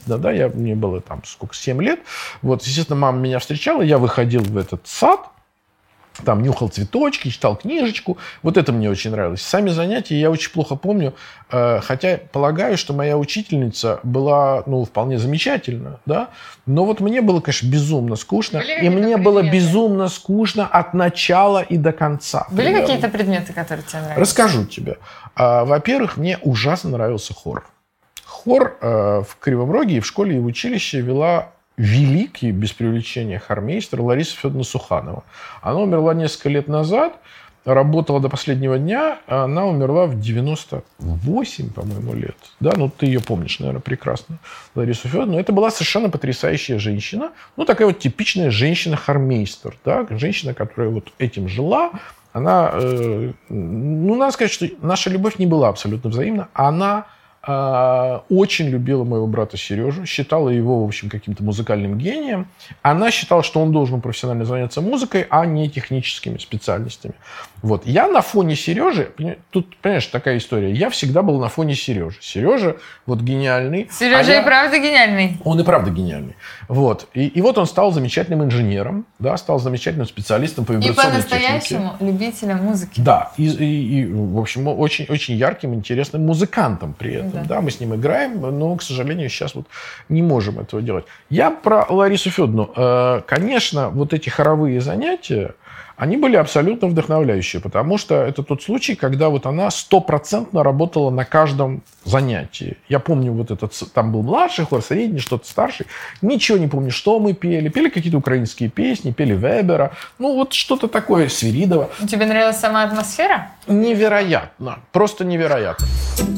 естественно, да, мне было там 7 лет. Вот, естественно, мама меня встречала, я выходил в этот сад, там нюхал цветочки, читал книжечку. Вот это мне очень нравилось. Сами занятия я очень плохо помню, хотя полагаю, что моя учительница была, вполне замечательна, да. Но вот мне было, конечно, безумно скучно. И мне было безумно скучно от начала и до конца. Были какие-то предметы, которые тебе нравились? Расскажу тебе. Во-первых, мне ужасно нравился хор. Хор в Кривом Роге и в школе, и в училище вела великий, без преувеличения, хормейстер Лариса Федоровна Суханова. Она умерла несколько лет назад, работала до последнего дня, она умерла в 98, по-моему, лет. Да, ты ее помнишь, наверное, прекрасно, Ларису Федоровну. Это была совершенно потрясающая женщина, такая вот типичная женщина-хормейстер, да, женщина, которая вот этим жила. Она, надо сказать, что наша любовь не была абсолютно взаимна, она очень любила моего брата Сережу, считала его, в общем, каким-то музыкальным гением. Она считала, что он должен профессионально заняться музыкой, а не техническими специальностями. Вот. Я на фоне Сережи, тут, понимаешь, такая история, я всегда был на фоне Сережи. Сережа вот гениальный. Сережа и правда гениальный. Он и правда гениальный. Вот. И вот он стал замечательным инженером, да, стал замечательным специалистом по вибрационной технике. И по-настоящему любителем музыки. Да. И в общем, очень, очень ярким, интересным музыкантом при этом. Да, мы с ним играем, но, к сожалению, сейчас вот не можем этого делать. Я про Ларису Федоровну. Конечно, вот эти хоровые занятия, они были абсолютно вдохновляющие, потому что это тот случай, когда вот она 100% работала на каждом занятии. Я помню, вот этот, там был младший хор, средний, что-то старший. Ничего не помню, что мы пели. Пели какие-то украинские песни, пели Вебера. Вот что-то такое, Свиридова. Тебе нравилась сама атмосфера? Невероятно. Просто невероятно.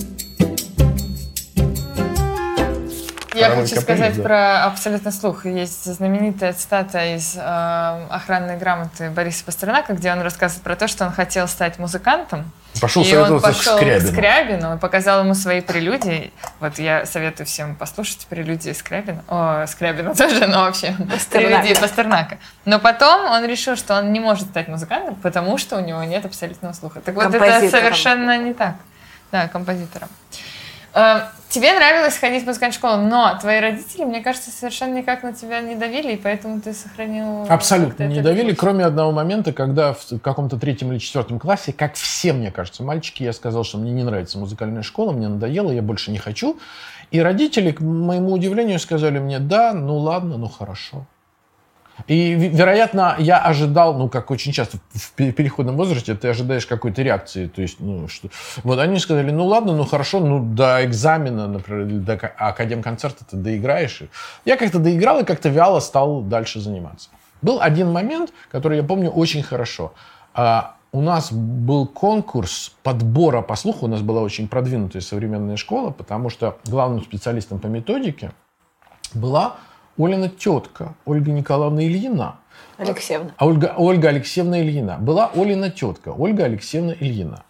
Я хочу сказать про абсолютно слух. Есть знаменитая цитата из охранной грамоты Бориса Пастернака, где он рассказывает про то, что он хотел стать музыкантом. Пошел к Скрябину и показал ему свои прелюдии. Вот я советую всем послушать прелюдии Скрябина. Скрябина тоже, но вообще прелюдии Пастернака. Но потом он решил, что он не может стать музыкантом, потому что у него нет абсолютного слуха. Так вот, это совершенно не так. Да, композитором. Тебе нравилось ходить в музыкальную школу, но твои родители, мне кажется, совершенно никак на тебя не давили, и поэтому ты сохранил... Абсолютно не давили, кроме одного момента, когда в каком-то 3-м или 4-м классе, как все, мне кажется, мальчики, я сказал, что мне не нравится музыкальная школа, мне надоело, я больше не хочу. И родители, к моему удивлению, сказали мне: да, ладно, хорошо. И, вероятно, я ожидал, как очень часто в переходном возрасте, ты ожидаешь какой-то реакции. То есть, что... Вот они сказали: ладно, хорошо, до экзамена, например, до академконцерта ты доиграешь. Я как-то доиграл и как-то вяло стал дальше заниматься. Был один момент, который я помню очень хорошо. У нас был конкурс подбора по слуху, у нас была очень продвинутая современная школа, потому что главным специалистом по методике была Олина тетка, Ольга Николаевна Ильина. Алексеевна. Ольга Алексеевна Ильина. Была Олина тетка, Ольга Алексеевна Ильина.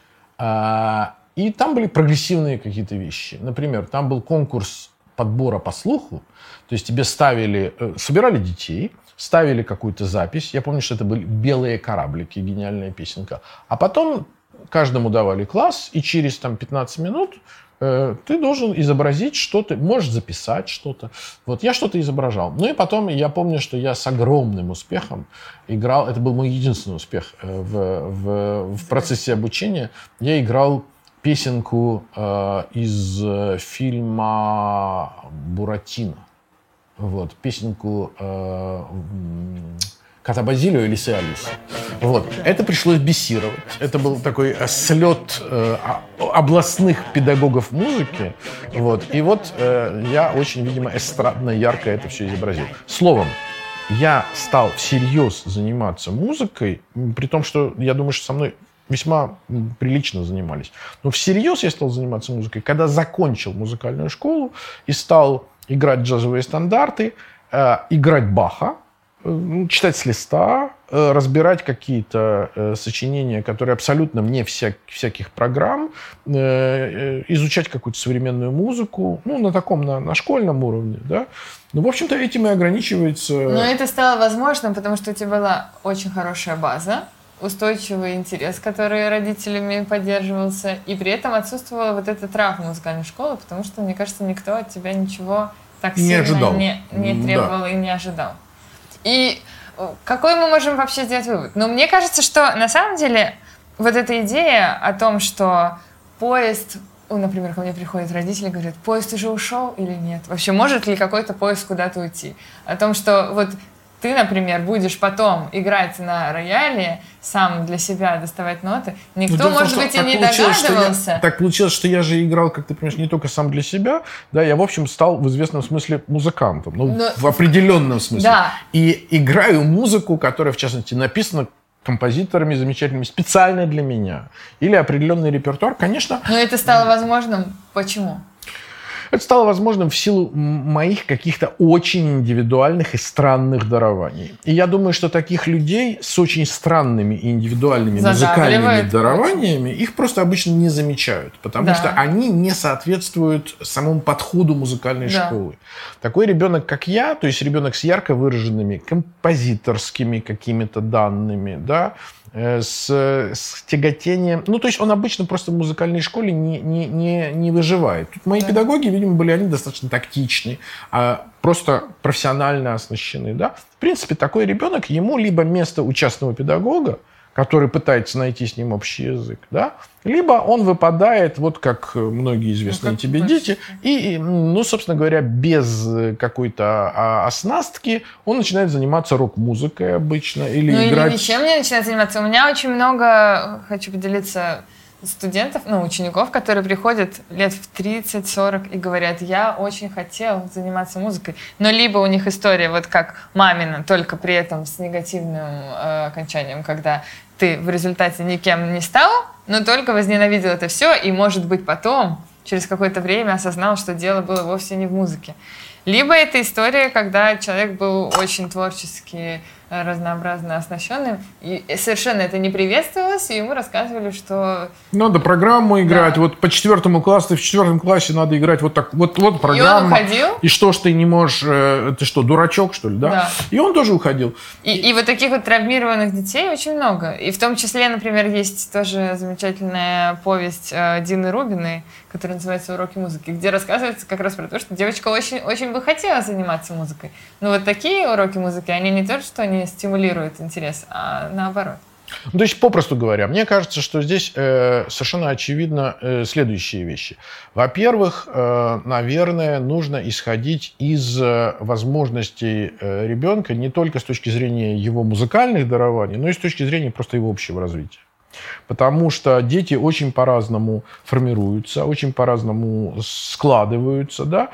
И там были прогрессивные какие-то вещи. Например, там был конкурс подбора по слуху. То есть тебе собирали детей, ставили какую-то запись. Я помню, что это были «Белые кораблики», гениальная песенка. А потом каждому давали класс, и через 15 минут ты должен изобразить что-то, можешь записать что-то. Вот я что-то изображал. И потом я помню, что я с огромным успехом играл. Это был мой единственный успех в процессе обучения. Я играл песенку из фильма «Буратино». Вот, песенку «Кота Базилио» или «Лисы Алисы». Вот. Это пришлось бисировать. Это был такой слет областных педагогов музыки. Вот. И вот я очень, видимо, эстрадно, ярко это все изобразил. Словом, я стал всерьез заниматься музыкой, при том, что я думаю, что со мной весьма прилично занимались. Но всерьез я стал заниматься музыкой, когда закончил музыкальную школу и стал играть джазовые стандарты, играть Баха, читать с листа, разбирать какие-то сочинения, которые абсолютно вне всяких программ, изучать какую-то современную музыку, на школьном уровне, да. В общем-то, этим и ограничивается... Но это стало возможным, потому что у тебя была очень хорошая база, устойчивый интерес, который родителями поддерживался, и при этом отсутствовала вот эта травма музыкальной школы, потому что, мне кажется, никто от тебя ничего так сильно не требовал и не ожидал. И какой мы можем вообще сделать вывод? Ну, мне кажется, что на самом деле вот эта идея о том, что поезд... Например, ко мне приходят родители и говорят, поезд уже ушел или нет? Вообще, может ли какой-то поезд куда-то уйти? О том, что вот ты, например, будешь потом играть на рояле, сам для себя доставать ноты, никто, может быть, и не догадывался. Так получилось, что я же играл, как ты понимаешь, не только сам для себя, да, я, в общем, стал в известном смысле музыкантом, в определенном смысле. Да. И играю музыку, которая, в частности, написана композиторами замечательными специально для меня. Или определенный репертуар, конечно. Но это стало возможным. Почему? Это стало возможным в силу моих каких-то очень индивидуальных и странных дарований. И я думаю, что таких людей с очень странными и индивидуальными музыкальными дарованиями, их просто обычно не замечают, потому что они не соответствуют самому подходу музыкальной школы. Такой ребенок, как я, то есть ребенок с ярко выраженными композиторскими какими-то данными, да, с тяготением. Ну, то есть он обычно просто в музыкальной школе не выживает. Тут мои педагоги, видимо, были они достаточно тактичны, просто профессионально оснащены. Да? В принципе, такой ребенок, ему либо место у частного педагога, который пытается найти с ним общий язык, да? Либо он выпадает, вот как многие известные тебе дети, и, ну, собственно говоря, без какой-то оснастки он начинает заниматься рок-музыкой обычно. Или играть... или ничем не начинает заниматься. У меня очень много, хочу поделиться, студентов, учеников, которые приходят лет в 30-40 и говорят, я очень хотел заниматься музыкой, но либо у них история вот как мамина, только при этом с негативным окончанием, когда ты в результате никем не стал, но только возненавидел это все и, может быть, потом, через какое-то время осознал, что дело было вовсе не в музыке. Либо это история, когда человек был очень творчески разнообразно оснащенным, и совершенно это не приветствовалось, и ему рассказывали, что... Надо программу играть, вот по 4 классу, в 4 классе надо играть вот так, вот программа. И он уходил. И что ж ты не можешь, ты что, дурачок, что ли, да? И он тоже уходил. И вот таких вот травмированных детей очень много. И в том числе, например, есть тоже замечательная повесть Дины Рубиной, которая называется «Уроки музыки», где рассказывается как раз про то, что девочка очень, очень бы хотела заниматься музыкой. Но вот такие уроки музыки, они не то, что они стимулируют интерес, а наоборот. То есть, попросту говоря, мне кажется, что здесь совершенно очевидно следующие вещи. Во-первых, наверное, нужно исходить из возможностей ребенка не только с точки зрения его музыкальных дарований, но и с точки зрения просто его общего развития. Потому что дети очень по-разному формируются, очень по-разному складываются, да,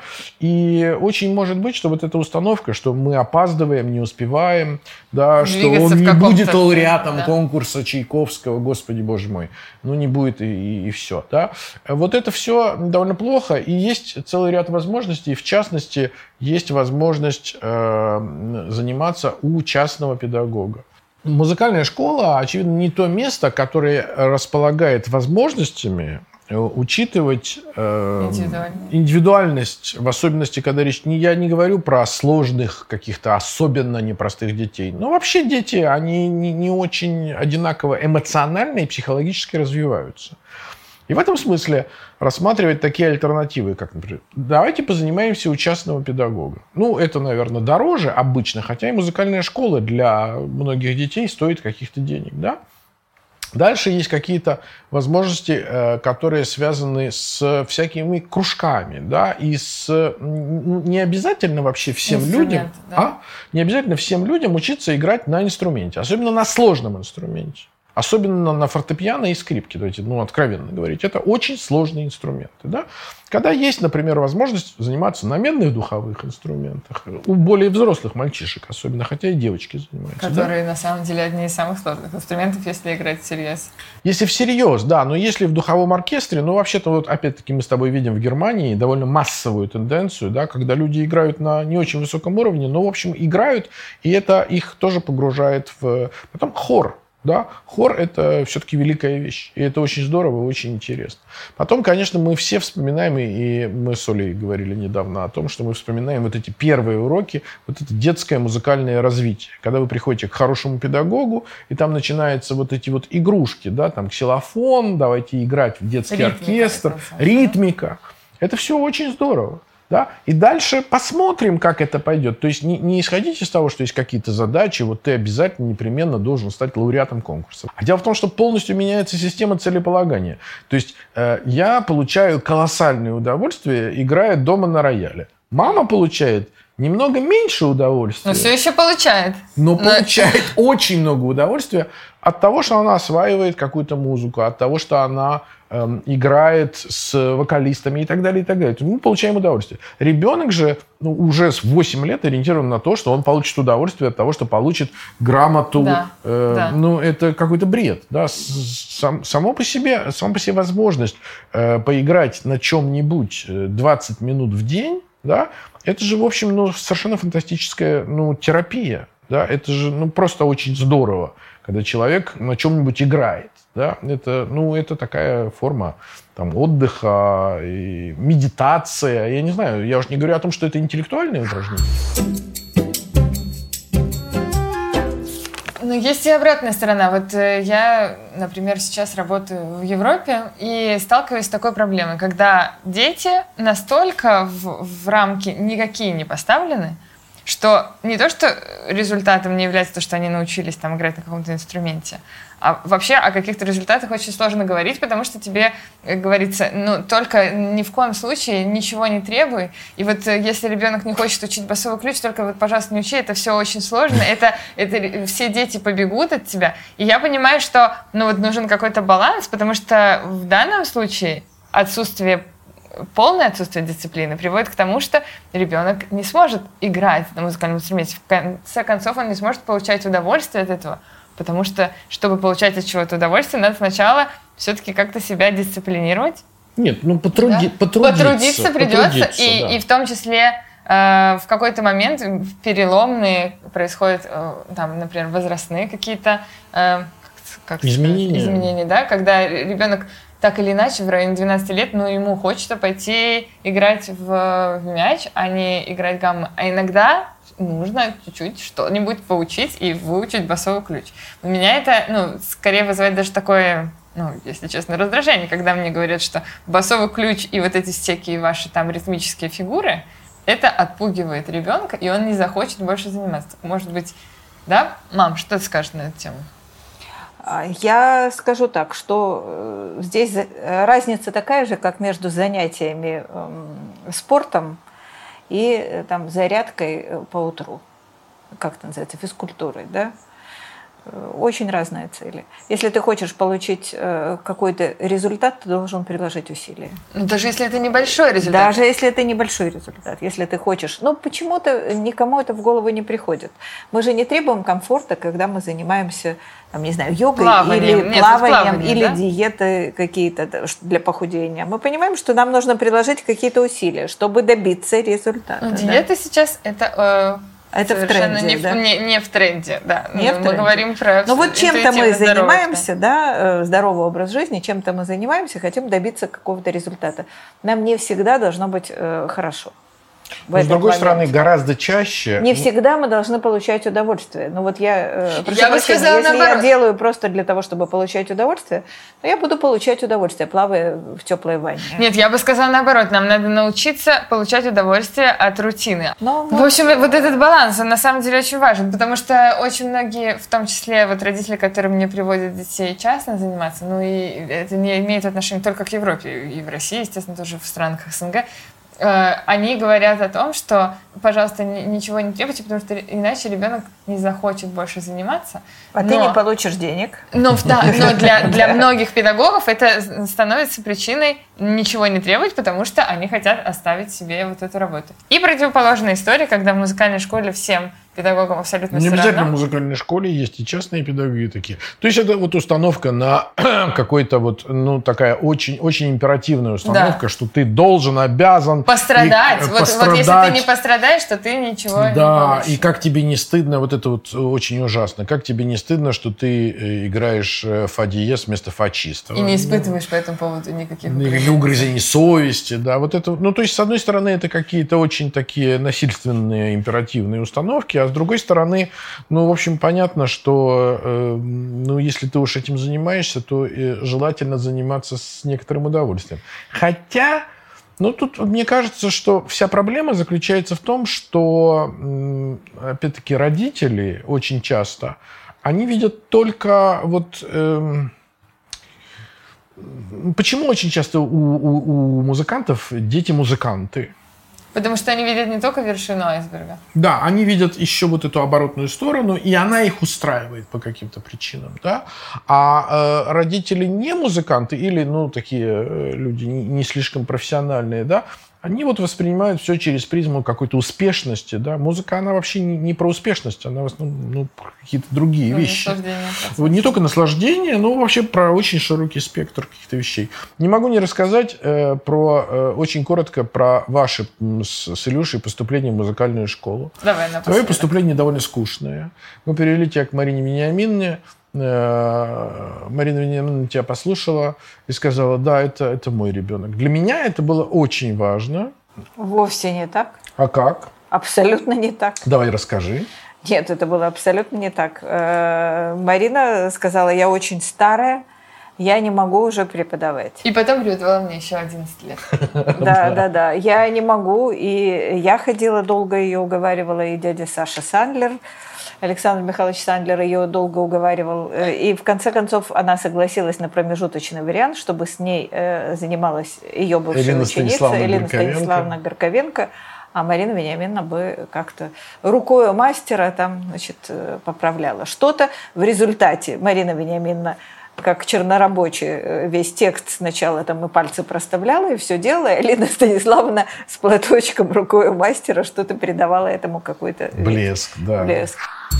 и очень может быть, что вот эта установка, что мы опаздываем, не успеваем, да, что он не будет лауреатом конкурса Чайковского, господи боже мой, ну не будет и все, да. Вот это все довольно плохо, и есть целый ряд возможностей, в частности, есть возможность заниматься у частного педагога. Музыкальная школа, очевидно, не то место, которое располагает возможностями учитывать индивидуальность, в особенности, когда речь... Я не говорю про сложных, каких-то особенно непростых детей, но вообще дети, они не очень одинаково эмоционально и психологически развиваются. И в этом смысле рассматривать такие альтернативы, как, например, давайте позанимаемся у частного педагога. Ну, это, наверное, дороже обычно, хотя и музыкальная школа для многих детей стоит каких-то денег, да? Дальше есть какие-то возможности, которые связаны с всякими кружками, да, и с... Не обязательно вообще всем людям... Да? Не обязательно всем людям учиться играть на инструменте, особенно на сложном инструменте. Особенно на фортепиано и скрипке, давайте, откровенно говорить. Это очень сложные инструменты. Да? Когда есть, например, возможность заниматься на медных духовых инструментах, у более взрослых мальчишек особенно, хотя и девочки занимаются. Которые, на самом деле, одни из самых сложных инструментов, если играть всерьез. Если всерьез, да. Но если в духовом оркестре, вообще-то, вот опять-таки мы с тобой видим в Германии довольно массовую тенденцию, да, когда люди играют на не очень высоком уровне, но, в общем, играют, и это их тоже погружает в... Потом хор. Да? Хор – это все-таки великая вещь. И это очень здорово и очень интересно. Потом, конечно, мы все вспоминаем, и мы с Олей говорили недавно о том, что мы вспоминаем вот эти первые уроки, вот это детское музыкальное развитие. Когда вы приходите к хорошему педагогу, и там начинаются вот эти вот игрушки, да, там ксилофон, давайте играть в детский оркестр, ритмика. Это все очень здорово. Да? И дальше посмотрим, как это пойдет. То есть не исходите из того, что есть какие-то задачи, вот ты обязательно непременно должен стать лауреатом конкурса. А дело в том, что полностью меняется система целеполагания. То есть я получаю колоссальное удовольствие, играя дома на рояле. Мама получает немного меньше удовольствия. Но все еще получает. Но получает очень много удовольствия от того, что она осваивает какую-то музыку, от того, что она играет с вокалистами и так далее, и так далее. Мы получаем удовольствие. Ребенок же уже с 8 лет ориентирован на то, что он получит удовольствие от того, что получит грамоту. Да. Ну, это какой-то бред. Да? Сама по себе возможность поиграть на чем-нибудь 20 минут в день, да, это же, в общем, совершенно фантастическая терапия. Да? Это же просто очень здорово, когда человек на чем-нибудь играет. Да? Это такая форма отдыха, и медитация. Я не знаю, я уж не говорю о том, что это интеллектуальное упражнение. Но есть и обратная сторона. Вот я, например, сейчас работаю в Европе и сталкиваюсь с такой проблемой, когда дети настолько в рамки никакие не поставлены, что не то, что результатом не является то, что они научились играть на каком-то инструменте, а вообще о каких-то результатах очень сложно говорить, потому что тебе говорится, только ни в коем случае ничего не требуй. И вот если ребенок не хочет учить басовый ключ, только пожалуйста, не учи, это все очень сложно, это все дети побегут от тебя. И я понимаю, что нужен какой-то баланс, потому что в данном случае полное отсутствие дисциплины приводит к тому, что ребенок не сможет играть на музыкальном инструменте. В конце концов, он не сможет получать удовольствие от этого, потому что, чтобы получать от чего-то удовольствие, надо сначала все-таки как-то себя дисциплинировать. Нет, потрудиться придется, и в том числе в какой-то момент переломные происходят, например, возрастные какие-то изменения, да, когда ребенок так или иначе, в районе 12 лет, ему хочется пойти играть в мяч, а не играть гаммы. А иногда нужно чуть-чуть что-нибудь поучить и выучить басовый ключ. У меня это, скорее вызывает даже такое, если честно, раздражение, когда мне говорят, что басовый ключ и вот эти всякие ваши ритмические фигуры, это отпугивает ребенка, и он не захочет больше заниматься. Может быть, да? Мам, что ты скажешь на эту тему? Я скажу так, что здесь разница такая же, как между занятиями спортом и зарядкой по утру. Как это называется? Физкультурой, да? Очень разные цели. Если ты хочешь получить какой-то результат, ты должен приложить усилия. Даже если это небольшой результат? Даже если это небольшой результат. Если ты хочешь... почему-то никому это в голову не приходит. Мы же не требуем комфорта, когда мы занимаемся, йогой или плаванием, или диеты какие-то для похудения. Мы понимаем, что нам нужно приложить какие-то усилия, чтобы добиться результата. Диета сейчас это... Это в тренде, не в тренде, да. Не в тренде. Мы говорим про чем-то мы занимаемся, да, здоровый образ жизни, чем-то мы занимаемся, хотим добиться какого-то результата. Нам не всегда должно быть хорошо. Но, с другой стороны, гораздо чаще... Не всегда мы должны получать удовольствие. Я бы сказала, если я делаю просто для того, чтобы получать удовольствие, то я буду получать удовольствие, плавая в теплой ванне. Нет, я бы сказала наоборот. Нам надо научиться получать удовольствие от рутины. В общем, вот этот баланс, он на самом деле очень важен, потому что очень многие, в том числе родители, которые мне приводят детей частно заниматься, и это не имеет отношения только к Европе, и в России, естественно, тоже в странах СНГ, они говорят о том, что, пожалуйста, ничего не требуйте, потому что иначе ребенок не захочет больше заниматься. Ты не получишь денег. Но для многих педагогов это становится причиной ничего не требовать, потому что они хотят оставить себе вот эту работу. И противоположная история, когда в музыкальной школе всем педагогам абсолютно все равно. Не обязательно в музыкальной школе есть и частные педагоги такие. То есть это установка на какой-то такая очень, очень императивная установка, что ты должен, обязан пострадать. Вот если ты не пострадаешь, то ты ничего не получишь. И как тебе не стыдно, вот это очень ужасно, как тебе не стыдно, что ты играешь фа диез вместо фа чистого. И не испытываешь по этому поводу никаких угрызений совести. Да, вот это, то есть, с одной стороны, это какие-то очень такие насильственные императивные установки, а с другой стороны, в общем, понятно, что если ты уж этим занимаешься, то желательно заниматься с некоторым удовольствием. Хотя Ну, тут мне кажется, что вся проблема заключается в том, что, опять-таки, родители очень часто, они видят только вот... Почему очень часто у музыкантов дети музыканты? Потому что они видят не только вершину айсберга. Да, они видят еще вот эту оборотную сторону, и она их устраивает по каким-то причинам, да. А родители не музыканты или, ну, такие люди не слишком профессиональные, да, они вот воспринимают все через призму какой-то успешности, да. Музыка, она вообще не про успешность, она в основном, ну, про какие-то другие вещи. Не только наслаждение, но вообще про очень широкий спектр каких-то вещей. Не могу не рассказать очень коротко про ваше с Илюшей поступление в музыкальную школу. Давай, твое поступление довольно скучное. Мы перевели тебя к Марине Вениаминовне. Марина Вениаминовна тебя послушала и сказала: да, это мой ребенок. Для меня это было очень важно. Вовсе не так. А как? Абсолютно не так. Давай расскажи. Нет, это было абсолютно не так. Марина сказала: я очень старая, я не могу уже преподавать. И потом преподавала мне еще 11 лет. Да. Я не могу. И я ходила долго, ее уговаривала, и дядя Саша Сандлер, Александр Михайлович Сандлер ее долго уговаривал. И в конце концов она согласилась на промежуточный вариант, чтобы с ней занималась ее бывшая ученица Елена Станиславовна Горковенко. А Марина Вениаминовна бы как-то рукой мастера там, значит, поправляла что-то. В результате Марина Вениаминовна, как чернорабочий, весь текст сначала там и пальцы проставляла, и все делала. А Елена Станиславовна с платочком рукой мастера что-то передавала этому какой-то... Блеск, да. Блеск.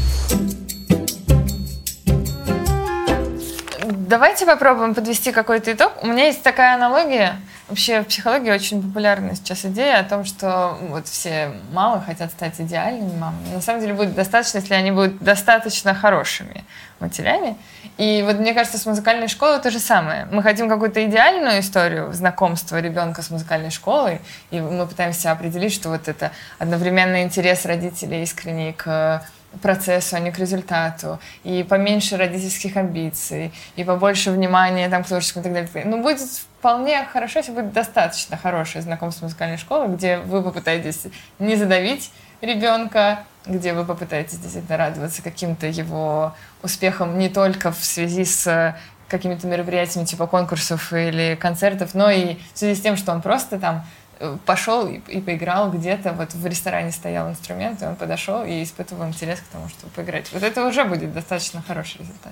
Давайте попробуем подвести какой-то итог. У меня есть такая аналогия. Вообще в психологии очень популярна сейчас идея о том, что вот все мамы хотят стать идеальными мамами. На самом деле будет достаточно, если они будут достаточно хорошими матерями. И вот мне кажется, с музыкальной школой то же самое. Мы хотим какую-то идеальную историю знакомства ребенка с музыкальной школой, и мы пытаемся определить, что вот это одновременно интерес родителей искренний к процессу, а не к результату, и поменьше родительских амбиций, и побольше внимания там, к творческому и так далее. Ну, будет вполне хорошо, если будет достаточно хорошее знакомство с музыкальной школой, где вы попытаетесь не задавить ребенка, где вы попытаетесь действительно радоваться каким-то его успехам не только в связи с какими-то мероприятиями типа конкурсов или концертов, но и в связи с тем, что он просто там пошел и поиграл где-то, вот в ресторане стоял инструмент, и он подошел и испытывал интерес к тому, чтобы поиграть. Вот это уже будет достаточно хороший результат.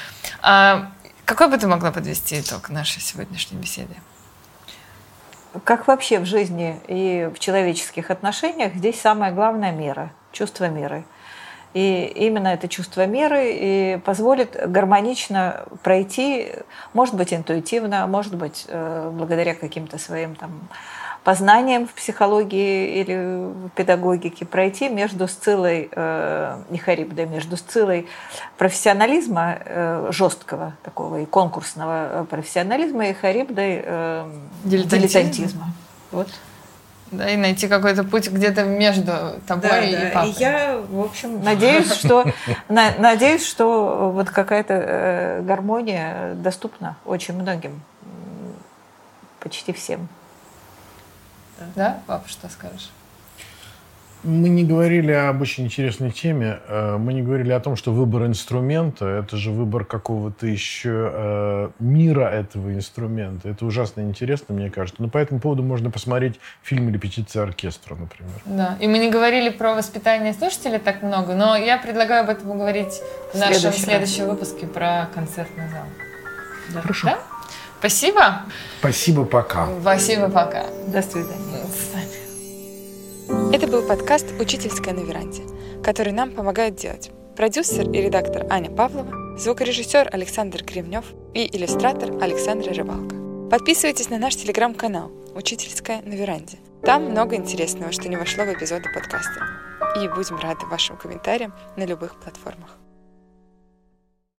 Какой бы ты могла подвести итог нашей сегодняшней беседы? Как вообще в жизни и в человеческих отношениях, здесь самое главное — мера, чувство меры. И именно это чувство меры и позволит гармонично пройти, может быть, интуитивно, может быть, благодаря каким-то своим там познаниям в психологии или в педагогике, пройти между Сциллой и Харибдой, между Сциллой профессионализма жесткого такого и конкурсного профессионализма и Харибдой дилетантизма. Вот. Да, и найти какой-то путь где-то между тобой и папой. И я, в общем, надеюсь, что вот какая-то гармония доступна очень многим, почти всем. Да, папа, что скажешь? Мы не говорили об очень интересной теме. Мы не говорили о том, что выбор инструмента — это же выбор какого-то еще мира этого инструмента. Это ужасно интересно, мне кажется. Но по этому поводу можно посмотреть фильм «Репетиция оркестра», например. Да, и мы не говорили про воспитание слушателей так много, но я предлагаю об этом говорить в нашем следующем выпуске про концертный зал. Да. Хорошо. Да? Спасибо. Спасибо, пока. Спасибо, пока. До свидания. Это был подкаст «Учительская на веранде», который нам помогают делать продюсер и редактор Аня Павлова, звукорежиссер Александр Кремнев и иллюстратор Александра Рыбалка. Подписывайтесь на наш телеграм-канал «Учительская на веранде». Там много интересного, что не вошло в эпизоды подкаста. И будем рады вашим комментариям на любых платформах.